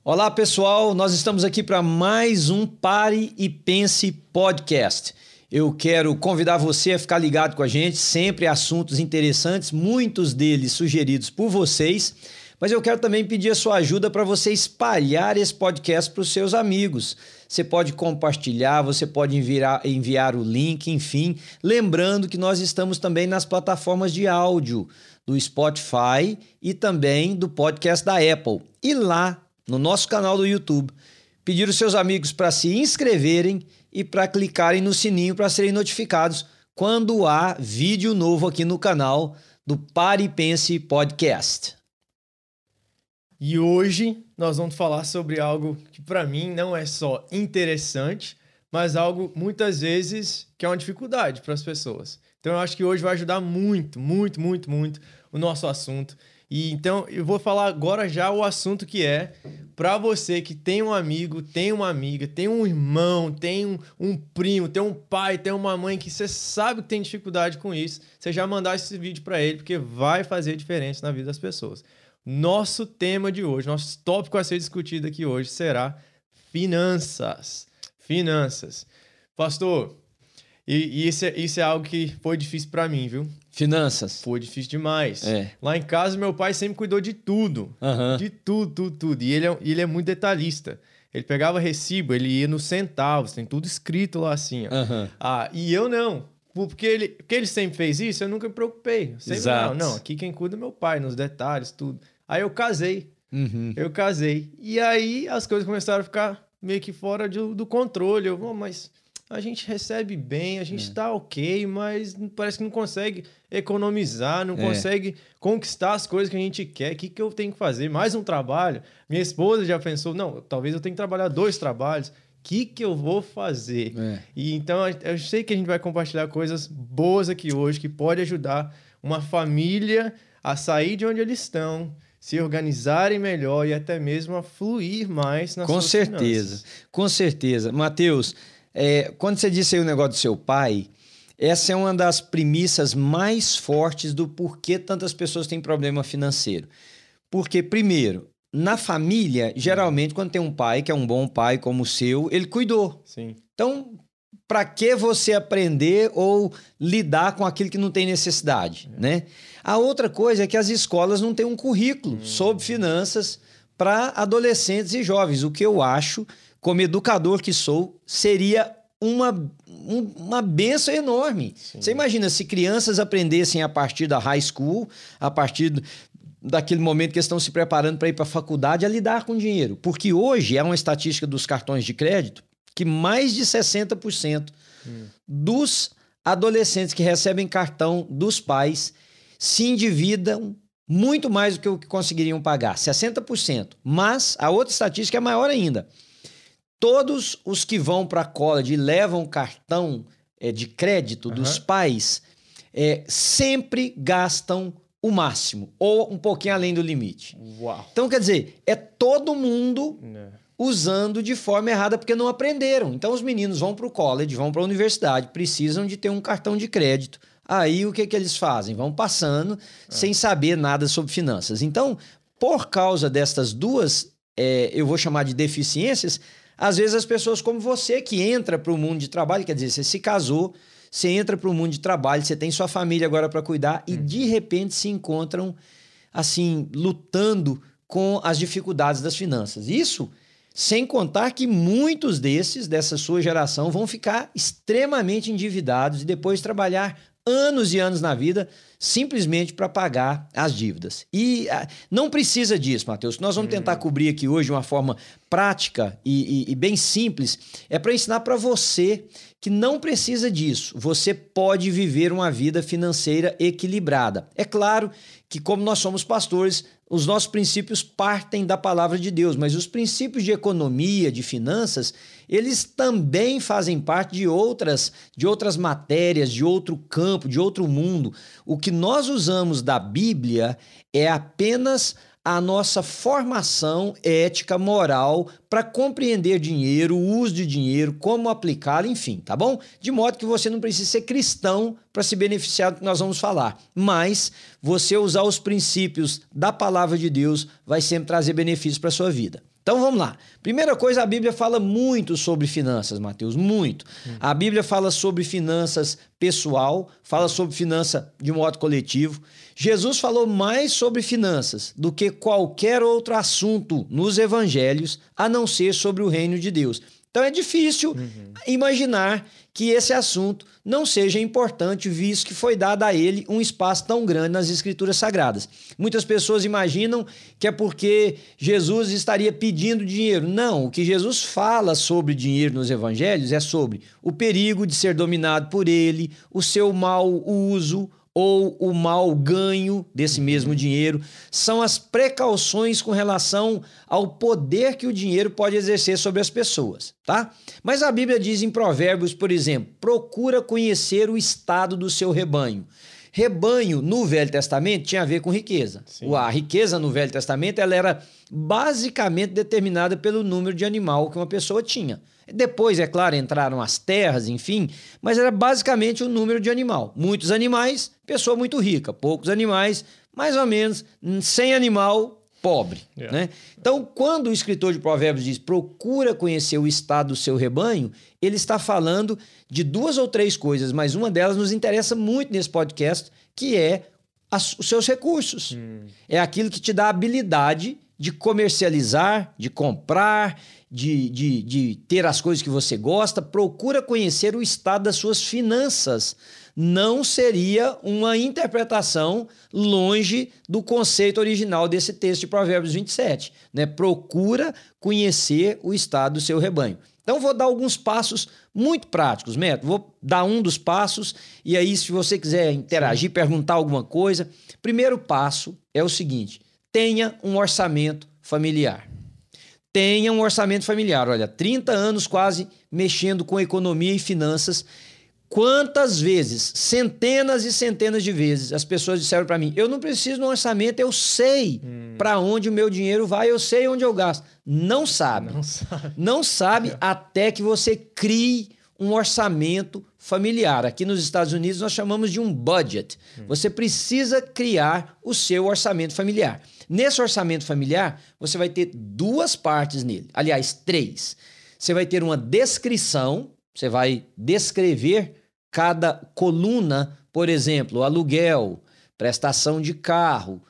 Olá, pessoal. Nós estamos aqui para mais um Pare e Pense Podcast. Eu quero convidar você a ficar ligado com a gente, sempre assuntos interessantes, muitos deles sugeridos por vocês, mas eu quero também pedir a sua ajuda para você espalhar esse podcast para os seus amigos. Você pode compartilhar, você pode enviar o link, enfim. Lembrando que nós estamos também nas plataformas de áudio do Spotify e também do podcast da Apple. E lá, no nosso canal do YouTube, pedir os seus amigos para se inscreverem e para clicarem no sininho para serem notificados quando há vídeo novo aqui no canal do Pare e Pense Podcast. E hoje nós vamos falar sobre algo que para mim não é só interessante, mas algo muitas vezes que é uma dificuldade para as pessoas. Então eu acho que hoje vai ajudar muito o nosso assunto. E então eu vou falar agora já o assunto que é para você que tem um amigo, tem uma amiga, tem um irmão, tem um primo, tem um pai, tem uma mãe que você sabe que tem dificuldade com isso, você já mandar esse vídeo para ele porque vai fazer diferença na vida das pessoas. Nosso tema de hoje, nosso tópico a ser discutido aqui hoje será finanças. Finanças. Pastor, isso é algo que foi difícil para mim, viu? Finanças. Foi difícil demais. É. Lá em casa, meu pai sempre cuidou de tudo. De tudo. E ele é muito detalhista. Ele pegava recibo, ele ia nos centavos, tem tudo escrito lá assim. Ó. E eu não. Porque ele sempre fez isso, eu nunca me preocupei. Exato. Não, aqui quem cuida é meu pai, nos detalhes, tudo. Aí eu casei. E aí as coisas começaram a ficar meio que fora do controle. Mas a gente recebe bem, a gente tá ok, mas parece que não consegue economizar, não consegue conquistar as coisas que a gente quer. O que eu tenho que fazer? Mais um trabalho? Minha esposa já pensou, não, talvez eu tenha que trabalhar 2 trabalhos. O que eu vou fazer? E então eu sei que a gente vai compartilhar coisas boas aqui hoje que pode ajudar uma família a sair de onde eles estão, se organizarem melhor e até mesmo a fluir mais nas suas finanças. Com certeza. Mateus, quando você disse aí o negócio do seu pai, essa é uma das premissas mais fortes do porquê tantas pessoas têm problema financeiro. Porque, primeiro, na família, geralmente, quando tem um pai, que é um bom pai como o seu, ele cuidou. Sim. Então, para que você aprender ou lidar com aquilo que não tem necessidade, né? A outra coisa é que as escolas não têm um currículo sobre finanças para adolescentes e jovens. O que eu acho, como educador que sou, seria uma benção enorme. Sim. Você imagina se crianças aprendessem a partir da high school, a partir daquele momento que estão se preparando para ir para a faculdade, a lidar com dinheiro. Porque hoje é uma estatística dos cartões de crédito que mais de 60% dos adolescentes que recebem cartão dos pais se endividam muito mais do que o que conseguiriam pagar, 60%. Mas a outra estatística é maior ainda. Todos os que vão para a college e levam cartão de crédito dos pais sempre gastam o máximo, ou um pouquinho além do limite. Uau. Então, quer dizer, é todo mundo usando de forma errada porque não aprenderam. Então, os meninos vão para o college, vão para a universidade, precisam de ter um cartão de crédito. Aí, o que eles fazem? Vão passando sem saber nada sobre finanças. Então, por causa destas duas, eu vou chamar de deficiências, às vezes as pessoas como você que entra para o mundo de trabalho, quer dizer, você se casou, você entra para o mundo de trabalho, você tem sua família agora para cuidar e de repente se encontram assim, lutando com as dificuldades das finanças. Isso sem contar que muitos dessa sua geração vão ficar extremamente endividados e depois trabalhar anos e anos na vida simplesmente para pagar as dívidas. E não precisa disso, Mateus. Nós vamos tentar cobrir aqui hoje de uma forma prática e bem simples. É para ensinar para você que não precisa disso. Você pode viver uma vida financeira equilibrada. É claro que, como nós somos pastores, os nossos princípios partem da palavra de Deus, mas os princípios de economia, de finanças, eles também fazem parte de outras matérias, de outro campo, de outro mundo. O que nós usamos da Bíblia é apenas a nossa formação ética, moral, para compreender dinheiro, o uso de dinheiro, como aplicá-lo, enfim, tá bom? De modo que você não precisa ser cristão para se beneficiar do que nós vamos falar. Mas você usar os princípios da palavra de Deus vai sempre trazer benefícios para a sua vida. Então vamos lá. Primeira coisa, a Bíblia fala muito sobre finanças, Mateus, muito. A Bíblia fala sobre finanças pessoal, fala sobre finança de modo coletivo. Jesus falou mais sobre finanças do que qualquer outro assunto nos evangelhos, a não ser sobre o reino de Deus. Então é difícil imaginar que esse assunto não seja importante, visto que foi dado a ele um espaço tão grande nas Escrituras Sagradas. Muitas pessoas imaginam que é porque Jesus estaria pedindo dinheiro. Não, o que Jesus fala sobre dinheiro nos evangelhos é sobre o perigo de ser dominado por ele, o seu mau uso ou o mau ganho desse mesmo dinheiro, são as precauções com relação ao poder que o dinheiro pode exercer sobre as pessoas, tá? Mas a Bíblia diz em Provérbios, por exemplo, procura conhecer o estado do seu rebanho. Rebanho, no Velho Testamento, tinha a ver com riqueza. Sim. A riqueza no Velho Testamento ela era basicamente determinada pelo número de animal que uma pessoa tinha. Depois, é claro, entraram as terras, enfim, mas era basicamente o número de animal. Muitos animais, pessoa muito rica. Poucos animais, mais ou menos, sem animal, pobre. Né? Então, quando o escritor de Provérbios diz procura conhecer o estado do seu rebanho, ele está falando de 2 ou 3 coisas, mas uma delas nos interessa muito nesse podcast, que é os seus recursos. É aquilo que te dá a habilidade de comercializar, de comprar, de ter as coisas que você gosta. Procura conhecer o estado das suas finanças. Não seria uma interpretação longe do conceito original desse texto de Provérbios 27. Né? Procura conhecer o estado do seu rebanho. Então, vou dar alguns passos muito práticos, Neto. Vou dar um dos passos e aí, se você quiser interagir, perguntar alguma coisa. Primeiro passo é o seguinte: tenha um orçamento familiar. Tenha um orçamento familiar. Olha, 30 anos quase mexendo com economia e finanças. Quantas vezes, centenas e centenas de vezes, as pessoas disseram para mim, eu não preciso de um orçamento, eu sei para onde o meu dinheiro vai, eu sei onde eu gasto. Não sabe. Não sabe até que você crie um orçamento familiar. Aqui nos Estados Unidos nós chamamos de um budget. Você precisa criar o seu orçamento familiar. Nesse orçamento familiar, você vai ter 2 partes nele. Aliás, 3. Você vai ter uma descrição, você vai descrever cada coluna, por exemplo, aluguel, prestação de carro,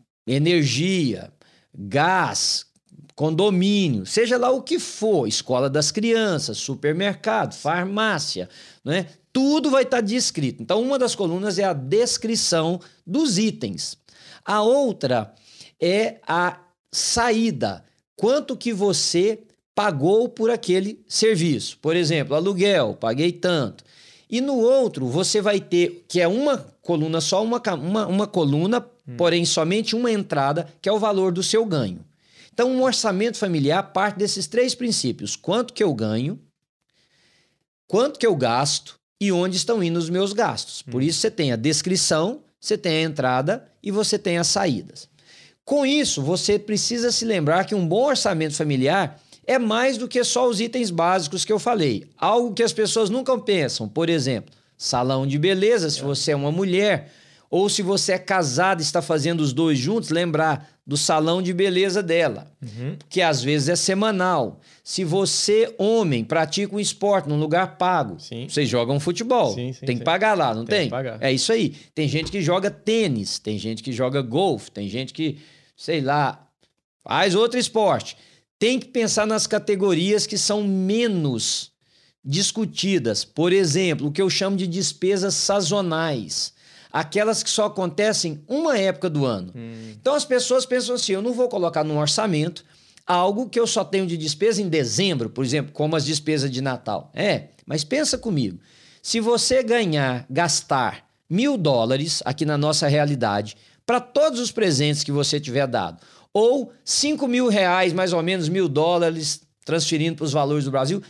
energia, gás, condomínio, seja lá o que for, escola das crianças, supermercado, farmácia, né? Tudo vai estar descrito. Então, uma das colunas é a descrição dos itens. A outra é a saída. Quanto que você pagou por aquele serviço? Por exemplo, aluguel, paguei tanto. E no outro, você vai ter, que é uma coluna só, uma coluna, porém somente uma entrada, que é o valor do seu ganho. Então, um orçamento familiar parte desses 3 princípios. Quanto que eu ganho, quanto que eu gasto e onde estão indo os meus gastos. Por isso, você tem a descrição, você tem a entrada e você tem as saídas. Com isso, você precisa se lembrar que um bom orçamento familiar é mais do que só os itens básicos que eu falei. Algo que as pessoas nunca pensam. Por exemplo, salão de beleza, se você é uma mulher, ou se você é casado e está fazendo os 2 juntos, lembrar do salão de beleza dela, que às vezes é semanal. Se você, homem, pratica um esporte num lugar pago, vocês jogam futebol, tem que pagar lá, não tem? É isso aí. Tem gente que joga tênis, tem gente que joga golfe, tem gente que, sei lá, faz outro esporte. Tem que pensar nas categorias que são menos discutidas. Por exemplo, o que eu chamo de despesas sazonais. Aquelas que só acontecem uma época do ano. Então as pessoas pensam assim, eu não vou colocar num orçamento algo que eu só tenho de despesa em dezembro, por exemplo, como as despesas de Natal. Mas pensa comigo. Se você gastar $1.000 aqui na nossa realidade, para todos os presentes que você tiver dado, ou R$5.000, mais ou menos $1.000, transferindo para os valores do Brasil,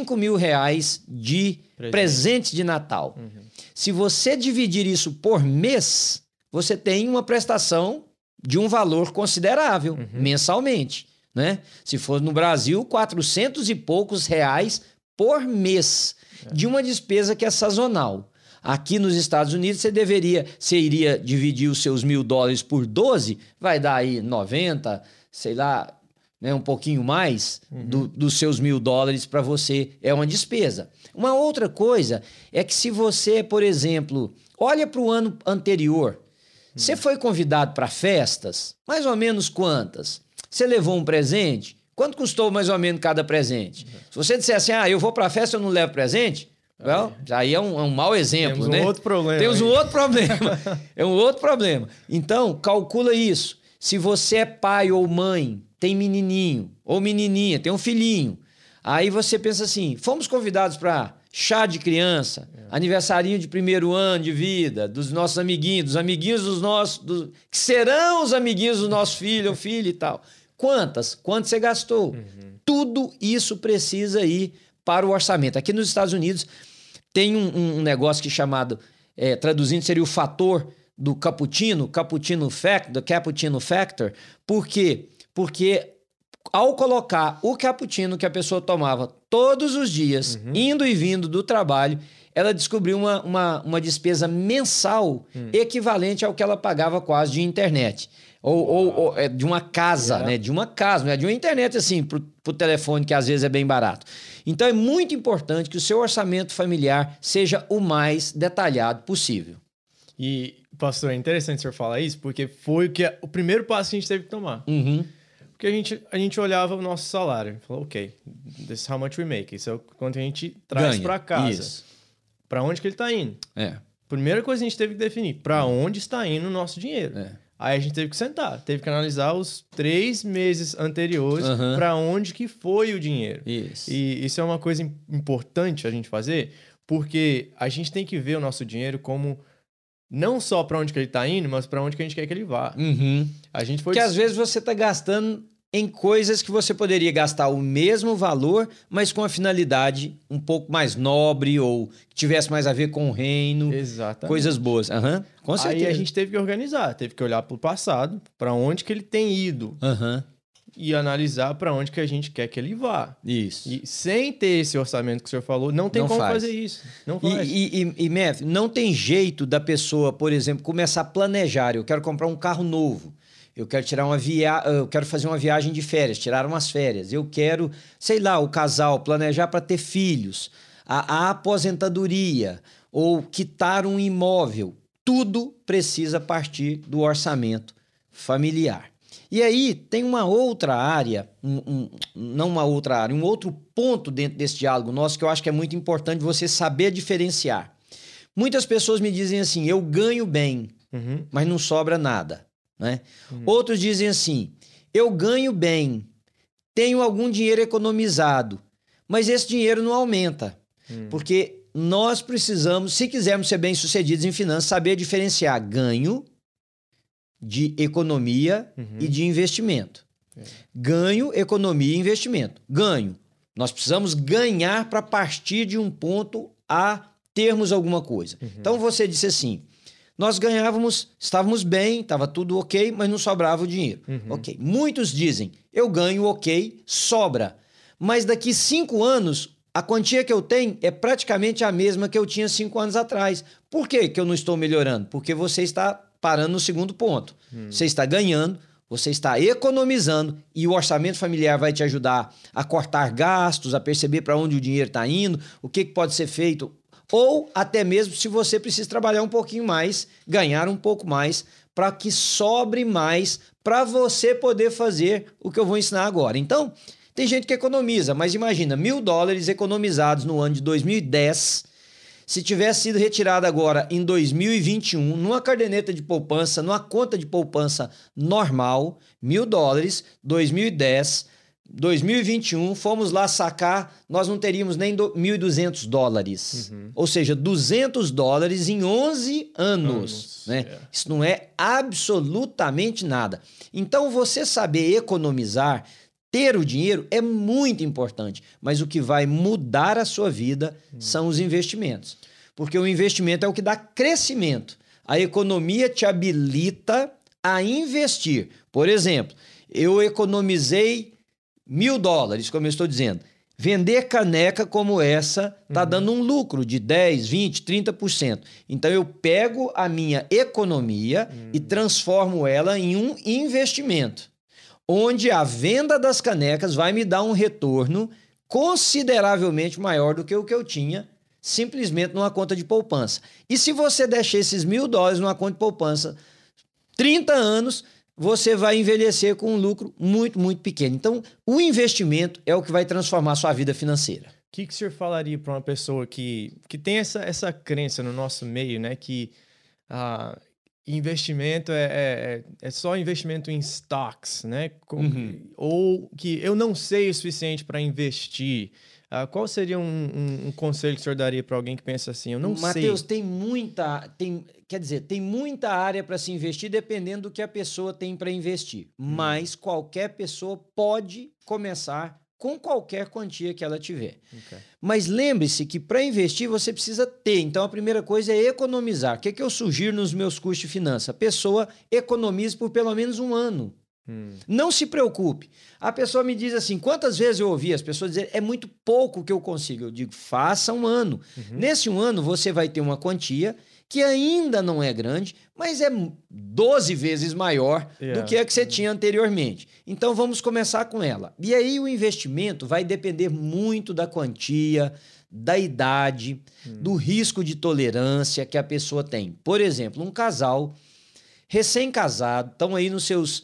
R$5.000 de presente de Natal. Se você dividir isso por mês, você tem uma prestação de um valor considerável, mensalmente. Né? Se for no Brasil, 400 e poucos reais por mês de uma despesa que é sazonal. Aqui nos Estados Unidos, você iria dividir os seus $1.000 por 12, vai dar aí 90, sei lá, né, um pouquinho mais dos seus $1.000 para você é uma despesa. Uma outra coisa é que se você, por exemplo, olha para o ano anterior, você foi convidado para festas, mais ou menos quantas? Você levou um presente? Quanto custou mais ou menos cada presente? Se você disser assim, eu vou para a festa e eu não levo presente, aí é um mau exemplo, né? Temos um outro problema. Temos um outro problema. É um outro problema. Então, calcula isso. Se você é pai ou mãe, tem menininho ou menininha, tem um filhinho, aí você pensa assim, fomos convidados para chá de criança, aniversarinho de 1º ano de vida, dos nossos amiguinhos, dos amiguinhos dos nossos, que serão os amiguinhos do nosso filho ou filha e tal. Quanto você gastou? Tudo isso precisa ir para o orçamento. Aqui nos Estados Unidos tem um negócio que é chamado, traduzindo, seria o fator do Cappuccino Factor. Por quê? Porque ao colocar o cappuccino que a pessoa tomava todos os dias, indo e vindo do trabalho, ela descobriu uma despesa mensal equivalente ao que ela pagava quase de internet. Ou de uma casa, né? De uma casa, não é de uma internet assim, pro telefone, que às vezes é bem barato. Então é muito importante que o seu orçamento familiar seja o mais detalhado possível. E, pastor, é interessante o senhor falar isso, porque foi o primeiro passo que a gente teve que tomar. Porque a gente olhava o nosso salário e falou, ok, this is how much we make. Isso é o quanto a gente traz para casa. Para onde que ele está indo? Primeira coisa que a gente teve que definir, para onde está indo o nosso dinheiro. Aí a gente teve que sentar, teve que analisar os 3 meses anteriores para onde que foi o dinheiro. E isso é uma coisa importante a gente fazer, porque a gente tem que ver o nosso dinheiro como não só para onde que ele está indo, mas para onde que a gente quer que ele vá. A gente foi... Porque às vezes você está gastando em coisas que você poderia gastar o mesmo valor, mas com a finalidade um pouco mais nobre ou que tivesse mais a ver com o reino. Exatamente. Coisas boas. Com certeza. Aí a gente teve que organizar, teve que olhar para o passado, para onde que ele tem ido. E analisar para onde que a gente quer que ele vá. Isso. E sem ter esse orçamento que o senhor falou, não tem como fazer isso. Não faz. E Matthew, não tem jeito da pessoa, por exemplo, começar a planejar. Eu quero comprar um carro novo. Eu quero eu quero fazer uma viagem de férias, tirar umas férias. Eu quero, sei lá, o casal planejar para ter filhos, a aposentadoria ou quitar um imóvel. Tudo precisa partir do orçamento familiar. E aí tem uma outra área, não uma outra área, um outro ponto dentro desse diálogo nosso que eu acho que é muito importante você saber diferenciar. Muitas pessoas me dizem assim, eu ganho bem, mas não sobra nada. Né? Outros dizem assim, eu ganho bem, tenho algum dinheiro economizado, mas esse dinheiro não aumenta. Porque nós precisamos, se quisermos ser bem-sucedidos em finanças, saber diferenciar ganho de economia e de investimento. Ganho, economia e investimento. Ganho. Nós precisamos ganhar para partir de um ponto a termos alguma coisa. Então você disse assim, nós ganhávamos, estávamos bem, estava tudo ok, mas não sobrava o dinheiro. Ok. Muitos dizem, eu ganho ok, sobra. Mas daqui 5 anos, a quantia que eu tenho é praticamente a mesma que eu tinha 5 anos atrás. Por que eu não estou melhorando? Porque você está parando no segundo ponto. Você está ganhando, você está economizando e o orçamento familiar vai te ajudar a cortar gastos, a perceber para onde o dinheiro está indo, o que pode ser feito. Ou até mesmo se você precisa trabalhar um pouquinho mais, ganhar um pouco mais, para que sobre mais para você poder fazer o que eu vou ensinar agora. Então, tem gente que economiza, mas imagina, $1.000 economizados no ano de 2010, se tivesse sido retirado agora em 2021, numa caderneta de poupança, numa conta de poupança normal, $1.000, 2010... 2021, fomos lá sacar, nós não teríamos nem $1.200. Ou seja, $200 em 11 anos. Né? Isso não é absolutamente nada. Então, você saber economizar, ter o dinheiro é muito importante. Mas o que vai mudar a sua vida são os investimentos. Porque o investimento é o que dá crescimento. A economia te habilita a investir. Por exemplo, eu economizei $1.000, como eu estou dizendo. Vender caneca como essa está dando um lucro de 10%, 20%, 30%. Então, eu pego a minha economia e transformo ela em um investimento. onde a venda das canecas vai me dar um retorno consideravelmente maior do que o que eu tinha simplesmente numa conta de poupança. E se você deixar esses $1.000 numa conta de poupança 30 anos, você vai envelhecer com um lucro muito, muito pequeno. Então, o investimento é o que vai transformar a sua vida financeira. O que o senhor falaria para uma pessoa que tem essa crença no nosso meio, né? Que investimento é só investimento em stocks, né? Ou que eu não sei o suficiente para investir. Qual seria um conselho que o senhor daria para alguém que pensa assim? Eu não sei. Mateus, tem muita área para se investir dependendo do que a pessoa tem para investir. Mas qualquer pessoa pode começar com qualquer quantia que ela tiver. Okay. Mas lembre-se que para investir você precisa ter. Então, a primeira coisa é economizar. O que eu sugiro nos meus cursos de finanças? A pessoa economize por pelo menos um ano. Não se preocupe. A pessoa me diz assim, quantas vezes eu ouvi as pessoas dizer, é muito pouco que eu consigo. Eu digo, faça um ano. Nesse um ano você vai ter uma quantia que ainda não é grande, mas é 12 vezes maior do que a que você tinha anteriormente. Então, vamos começar com ela. E aí, o investimento vai depender muito da quantia, da idade, do risco de tolerância que a pessoa tem. Por exemplo, um casal recém-casado, estão aí nos seus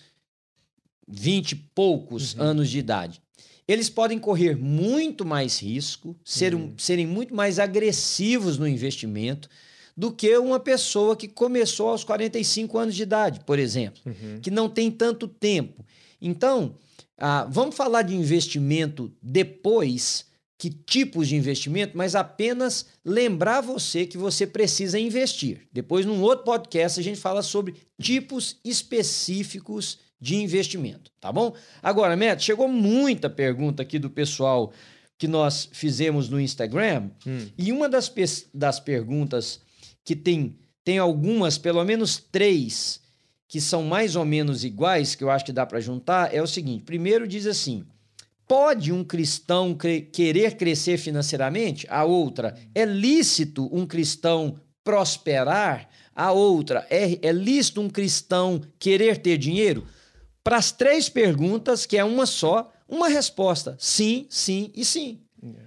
20 e poucos anos de idade. Eles podem correr muito mais risco, serem muito mais agressivos no investimento, do que uma pessoa que começou aos 45 anos de idade, por exemplo, que não tem tanto tempo. Então, vamos falar de investimento depois, que tipos de investimento, mas apenas lembrar você que você precisa investir. Depois, num outro podcast, a gente fala sobre tipos específicos de investimento, tá bom? Agora, Matt, chegou muita pergunta aqui do pessoal que nós fizemos no Instagram, e uma das perguntas que tem algumas, pelo menos 3, que são mais ou menos iguais, que eu acho que dá para juntar, é o seguinte. Primeiro diz assim, pode um cristão querer crescer financeiramente? A outra, é lícito um cristão prosperar? A outra, é lícito um cristão querer ter dinheiro? Para as 3 perguntas, que é uma só, uma resposta, sim, sim e sim.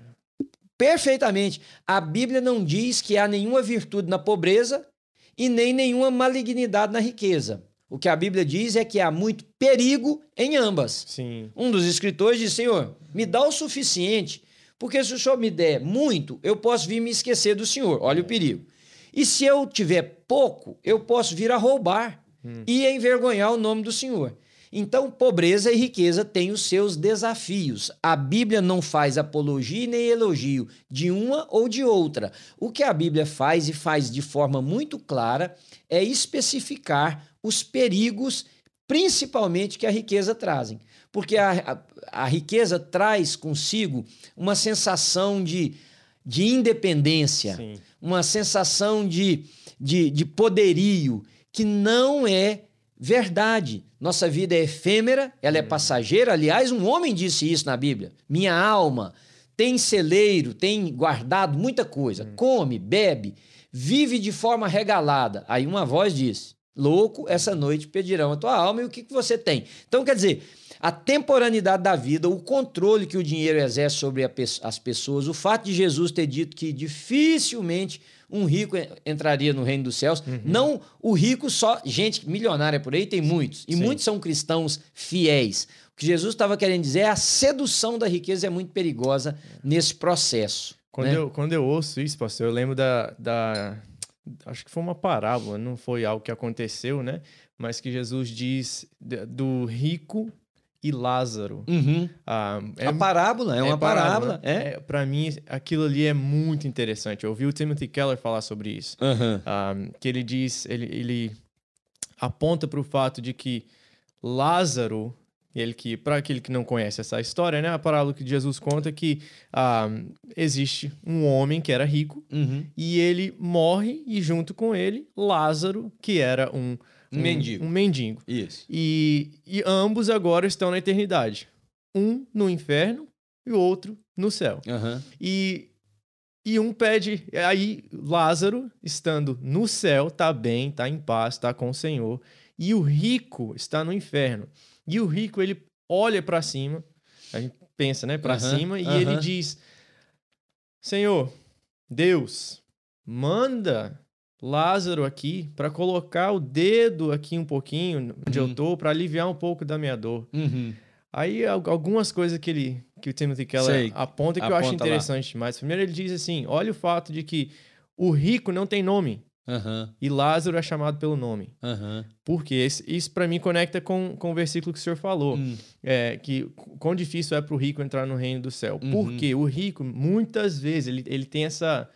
Perfeitamente. A Bíblia não diz que há nenhuma virtude na pobreza e nem nenhuma malignidade na riqueza. O que a Bíblia diz é que há muito perigo em ambas. Sim. Um dos escritores diz, Senhor, me dá o suficiente, porque se o Senhor me der muito, eu posso vir me esquecer do Senhor. Olha o perigo. E se eu tiver pouco, eu posso vir a roubar e envergonhar o nome do Senhor. Então, pobreza e riqueza têm os seus desafios. A Bíblia não faz apologia nem elogio de uma ou de outra. O que a Bíblia faz, e faz de forma muito clara, é especificar os perigos, principalmente que a riqueza trazem. Porque a riqueza traz consigo uma sensação de independência, sim, uma sensação de poderio, que não é verdade. Nossa vida é efêmera, ela é passageira. Aliás, um homem disse isso na Bíblia. Minha alma tem celeiro, tem guardado muita coisa. Come, bebe, vive de forma regalada. Aí uma voz disse, louco, essa noite pedirão a tua alma e o que você tem. Então, quer dizer, a temporaneidade da vida, o controle que o dinheiro exerce sobre as pessoas, o fato de Jesus ter dito que dificilmente um rico entraria no reino dos céus. Não o rico só, gente milionária por aí tem muitos, e muitos são cristãos fiéis. O que Jesus estava querendo dizer é a sedução da riqueza é muito perigosa nesse processo. Quando eu ouço isso, pastor, eu lembro acho que foi uma parábola, não foi algo que aconteceu, né? Mas que Jesus diz do rico e Lázaro. A parábola, é uma parábola. Para mim, aquilo ali é muito interessante. Eu ouvi o Timothy Keller falar sobre isso. Que ele diz, ele aponta para o fato de que Lázaro, para aquele que não conhece essa história, né? A parábola que Jesus conta que existe um homem que era rico e ele morre e junto com ele, Lázaro, que era um mendigo. Isso. E ambos agora estão na eternidade. Um no inferno e o outro no céu. E um pede... Aí Lázaro, estando no céu, está bem, está em paz, está com o Senhor. E o rico está no inferno. E o rico, ele olha para cima, a gente pensa, né, para cima, e ele diz: Senhor, Deus, manda Lázaro aqui para colocar o dedo aqui um pouquinho onde eu tô, para aliviar um pouco da minha dor. Aí algumas coisas que o Timothy Keller aponta que eu acho interessante demais. Primeiro ele diz assim, olha o fato de que o rico não tem nome e Lázaro é chamado pelo nome. Porque isso para mim conecta com o versículo que o senhor falou, que quão difícil é para o rico entrar no reino do céu. Porque o rico, muitas vezes, ele tem essa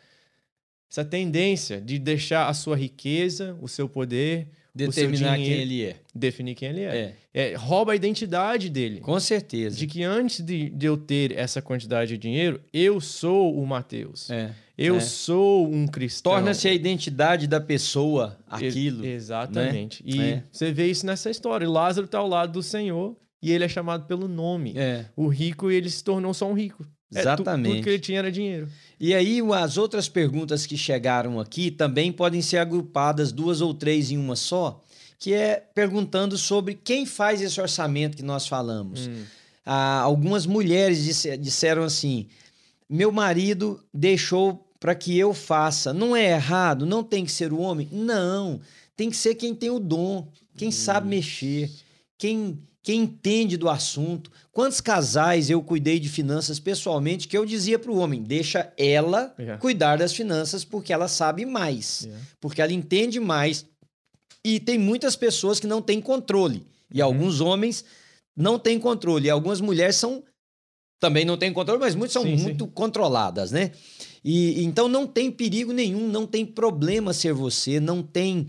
tendência de deixar a sua riqueza, o seu poder, determinar o seu dinheiro, quem ele é. Definir quem ele é. Rouba a identidade dele. Com certeza. De que antes de eu ter essa quantidade de dinheiro, eu sou o Mateus. Eu sou um cristão. Torna-se a identidade da pessoa aquilo. Exatamente. Né? E você vê isso nessa história. Lázaro está ao lado do Senhor e ele é chamado pelo nome. O rico, ele se tornou só um rico. Exatamente. Tudo que ele tinha era dinheiro. E aí, as outras perguntas que chegaram aqui também podem ser agrupadas 2 ou 3 em uma só, que é perguntando sobre quem faz esse orçamento que nós falamos. Algumas mulheres disseram assim, meu marido deixou para que eu faça. Não é errado? Não tem que ser o homem? Não. Tem que ser quem tem o dom, quem sabe mexer, quem entende do assunto. Quantos casais eu cuidei de finanças pessoalmente que eu dizia para o homem, deixa ela cuidar das finanças porque ela sabe mais, porque ela entende mais. E tem muitas pessoas que não têm controle. E alguns homens não têm controle. E algumas mulheres também não têm controle, mas muitas são muito controladas, né? E então não tem perigo nenhum, não tem problema ser você, não tem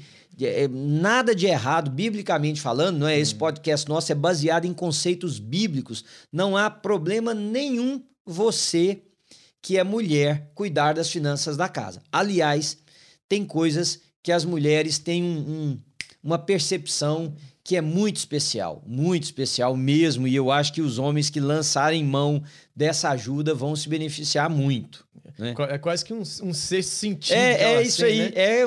nada de errado, biblicamente falando, não é? Esse podcast nosso é baseado em conceitos bíblicos. Não há problema nenhum você, que é mulher, cuidar das finanças da casa. Aliás, tem coisas que as mulheres têm uma percepção que é muito especial mesmo, e eu acho que os homens que lançarem mão dessa ajuda vão se beneficiar muito. Né? É quase que um sexto sentido. Isso aí, né?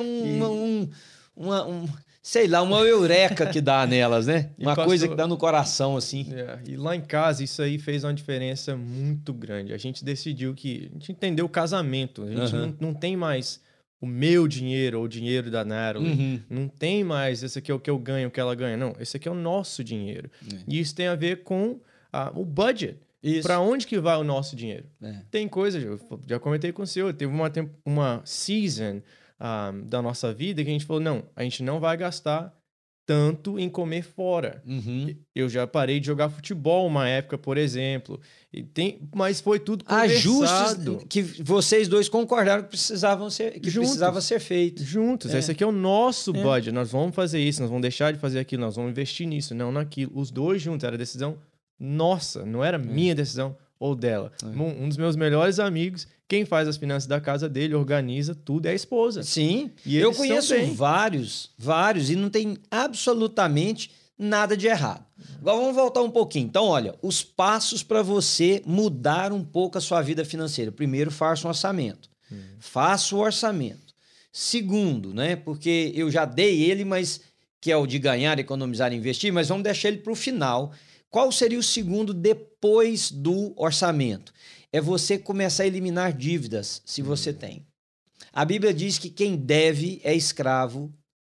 Sei lá, uma eureka que dá nelas, né? Uma coisa que dá no coração, assim. E lá em casa, isso aí fez uma diferença muito grande. A gente decidiu a gente entendeu o casamento. A gente não tem mais o meu dinheiro ou o dinheiro da Natalie. Não tem mais esse aqui é o que eu ganho, o que ela ganha. Não, esse aqui é o nosso dinheiro. E isso tem a ver com o budget. Para onde que vai o nosso dinheiro? Tem coisa, eu já comentei com o senhor, teve uma season da nossa vida que a gente falou, não, a gente não vai gastar tanto em comer fora. Eu já parei de jogar futebol uma época, por exemplo. Mas foi tudo conversado. Ajustes que vocês dois concordaram que precisava ser feito. Juntos. Esse aqui é o nosso budget. Nós vamos fazer isso, nós vamos deixar de fazer aquilo, nós vamos investir nisso, não naquilo. Os dois juntos. Era decisão nossa, não era minha decisão ou dela. Um dos meus melhores amigos, quem faz as finanças da casa dele, organiza tudo, é a esposa. Sim, e eu conheço vários, e não tem absolutamente nada de errado. Agora vamos voltar um pouquinho. Então, olha, os passos para você mudar um pouco a sua vida financeira. Primeiro, faça um orçamento. Faça o orçamento. Segundo, né, porque eu já dei ele, mas que é o de ganhar, economizar e investir, mas vamos deixar ele para o final. Qual seria o segundo depois do orçamento? É você começar a eliminar dívidas, se você tem. A Bíblia diz que quem deve é escravo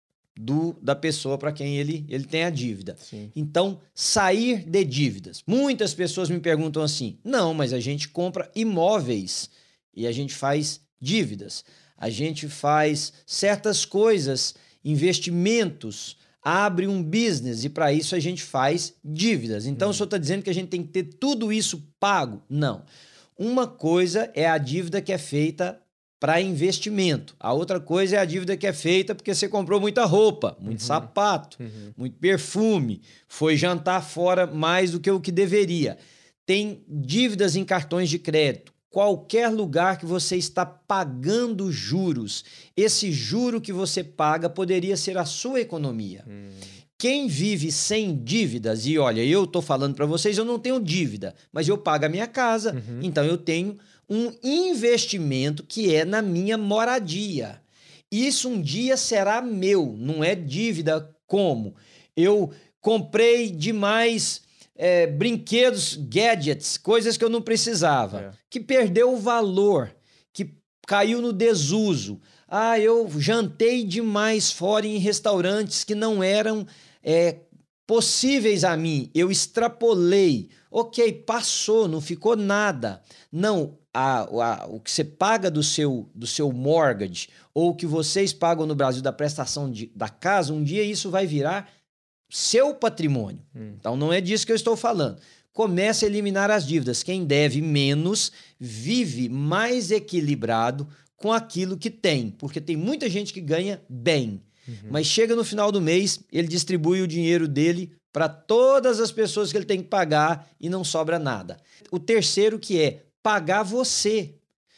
da pessoa para quem ele tem a dívida. Então, sair de dívidas. Muitas pessoas me perguntam assim, não, mas a gente compra imóveis e a gente faz dívidas. A gente faz certas coisas, investimentos, abre um business e para isso a gente faz dívidas. Então, o senhor está dizendo que a gente tem que ter tudo isso pago? Não. Uma coisa é a dívida que é feita para investimento. A outra coisa é a dívida que é feita porque você comprou muita roupa, muito sapato, muito perfume, foi jantar fora mais do que o que deveria. Tem dívidas em cartões de crédito. Qualquer lugar que você está pagando juros, esse juro que você paga poderia ser a sua economia. Quem vive sem dívidas, e olha, eu estou falando para vocês, eu não tenho dívida, mas eu pago a minha casa, então eu tenho um investimento que é na minha moradia. Isso um dia será meu, não é dívida como? Eu comprei demais brinquedos, gadgets, coisas que eu não precisava, que perdeu o valor, que caiu no desuso. Eu jantei demais fora em restaurantes que não eram possíveis a mim. Eu extrapolei. Ok, passou, não ficou nada. Não, o que você paga do seu mortgage ou o que vocês pagam no Brasil da prestação da casa, um dia isso vai virar seu patrimônio. Então não é disso que eu estou falando. Comece a eliminar as dívidas. Quem deve menos vive mais equilibrado com aquilo que tem, porque tem muita gente que ganha bem, mas chega no final do mês, ele distribui o dinheiro dele para todas as pessoas que ele tem que pagar e não sobra nada. O terceiro que é pagar você.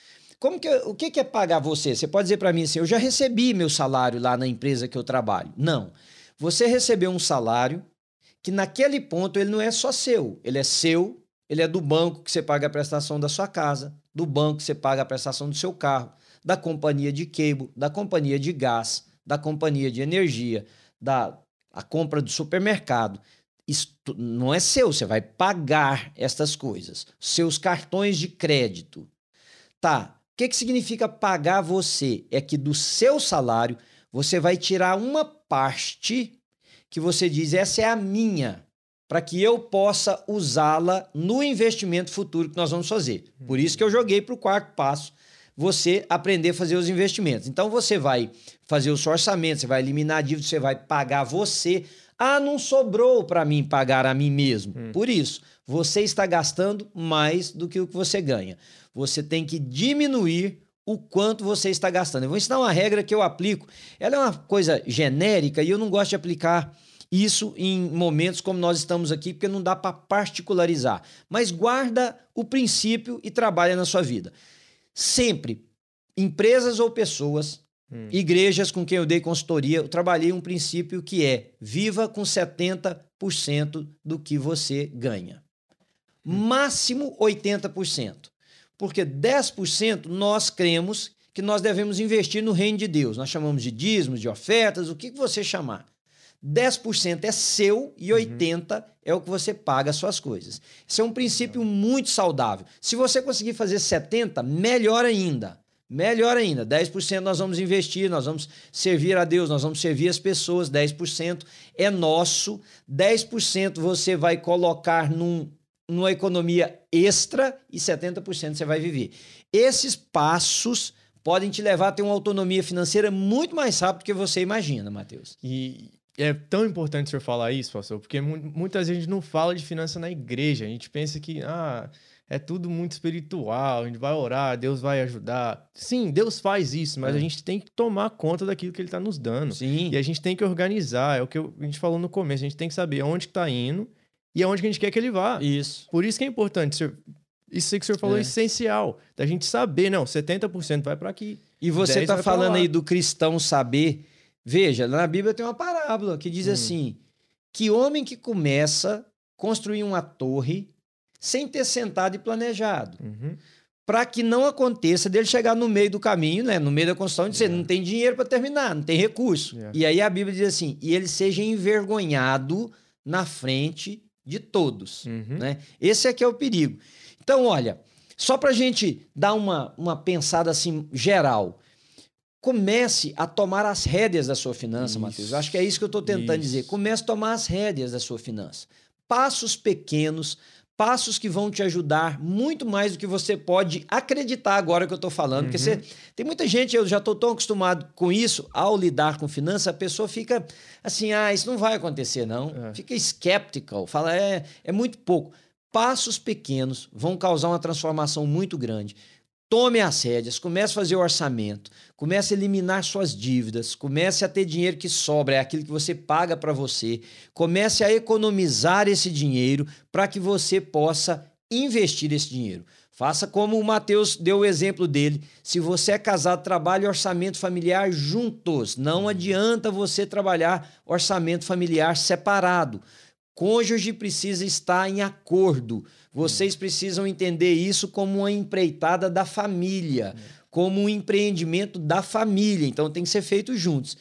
O que é pagar você? Você pode dizer para mim assim, eu já recebi meu salário lá na empresa que eu trabalho. Não. Você recebeu um salário que naquele ponto ele não é só seu. Ele é seu, ele é do banco que você paga a prestação da sua casa, do banco que você paga a prestação do seu carro, da companhia de cable, da companhia de gás, da companhia de energia, a compra do supermercado. Isso não é seu, você vai pagar estas coisas. Seus cartões de crédito. Tá, o que significa pagar você? É que do seu salário você vai tirar uma parte que você diz, essa é a minha, para que eu possa usá-la no investimento futuro que nós vamos fazer. Por isso que eu joguei para o quarto passo, você aprender a fazer os investimentos. Então você vai fazer o seu orçamento, você vai eliminar a dívida, você vai pagar você. Não sobrou para mim pagar a mim mesmo. Por isso, você está gastando mais do que o que você ganha. Você tem que diminuir o quanto você está gastando. Eu vou ensinar uma regra que eu aplico. Ela é uma coisa genérica e eu não gosto de aplicar isso em momentos como nós estamos aqui, porque não dá para particularizar. Mas guarda o princípio e trabalha na sua vida. Sempre, empresas ou pessoas, igrejas com quem eu dei consultoria, eu trabalhei um princípio que é viva com 70% do que você ganha. Máximo 80%. Porque 10% nós cremos que nós devemos investir no reino de Deus. Nós chamamos de dízimos, de ofertas, o que você chamar. 10% é seu e 80% é o que você paga as suas coisas. Isso é um princípio muito saudável. Se você conseguir fazer 70%, melhor ainda. Melhor ainda. 10% nós vamos investir, nós vamos servir a Deus, nós vamos servir as pessoas. 10% é nosso. 10% você vai colocar numa economia extra e 70% você vai viver. Esses passos podem te levar a ter uma autonomia financeira muito mais rápido do que você imagina, Matheus. E é tão importante o senhor falar isso, pastor, porque muitas vezes a gente não fala de finança na igreja. A gente pensa que é tudo muito espiritual, a gente vai orar, Deus vai ajudar. Sim, Deus faz isso, mas a gente tem que tomar conta daquilo que Ele está nos dando. Sim. E a gente tem que organizar, é o que a gente falou no começo, a gente tem que saber onde está indo e aonde que a gente quer que ele vá. Isso. Por isso que é importante, senhor, isso que o senhor falou é essencial, da gente saber, 70% vai para aqui. E você está falando aí do cristão saber. Veja, na Bíblia tem uma parábola que diz assim, que homem que começa a construir uma torre sem ter sentado e planejado, para que não aconteça dele chegar no meio do caminho, no meio da construção, e dizer, não tem dinheiro para terminar, não tem recurso. E aí a Bíblia diz assim, e ele seja envergonhado na frente de todos. Esse é que é o perigo. Então, olha, só para a gente dar uma pensada assim geral, comece a tomar as rédeas da sua finança, Matheus. Acho que é isso que eu estou tentando dizer. Comece a tomar as rédeas da sua finança. Passos pequenos, passos que vão te ajudar muito mais do que você pode acreditar agora que eu estou falando. Porque tem muita gente, eu já estou tão acostumado com isso, ao lidar com finanças, a pessoa fica assim, isso não vai acontecer não. Fica skeptical, fala, é muito pouco. Passos pequenos vão causar uma transformação muito grande. Tome as rédeas, comece a fazer o orçamento, comece a eliminar suas dívidas, comece a ter dinheiro que sobra, é aquilo que você paga para você, comece a economizar esse dinheiro para que você possa investir esse dinheiro. Faça como o Matheus deu o exemplo dele. Se você é casado, trabalhe orçamento familiar juntos. Não adianta você trabalhar orçamento familiar separado. Cônjuge precisa estar em acordo. Vocês precisam entender isso como uma empreitada da família, como um empreendimento da família. Então, tem que ser feito juntos.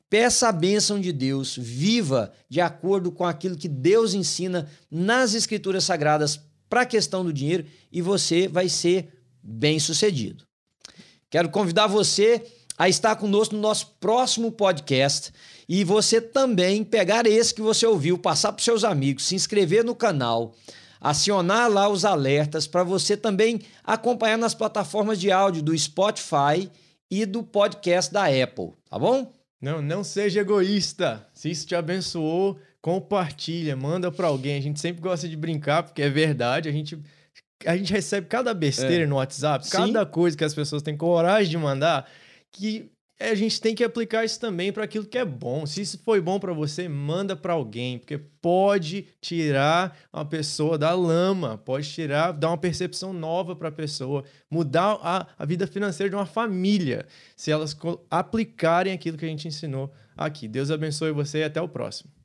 Peça a bênção de Deus, viva de acordo com aquilo que Deus ensina nas Escrituras Sagradas para a questão do dinheiro e você vai ser bem-sucedido. Quero convidar você a estar conosco no nosso próximo podcast e você também pegar esse que você ouviu, passar para os seus amigos, se inscrever no canal, acionar lá os alertas para você também acompanhar nas plataformas de áudio do Spotify e do podcast da Apple, tá bom? Não seja egoísta. Se isso te abençoou, compartilha, manda para alguém. A gente sempre gosta de brincar, porque é verdade. A gente recebe cada besteira no WhatsApp, cada coisa que as pessoas têm coragem de mandar, que a gente tem que aplicar isso também para aquilo que é bom. Se isso foi bom para você, manda para alguém, porque pode tirar uma pessoa da lama, pode dar uma percepção nova para a pessoa, mudar a vida financeira de uma família, se elas aplicarem aquilo que a gente ensinou aqui. Deus abençoe você e até o próximo.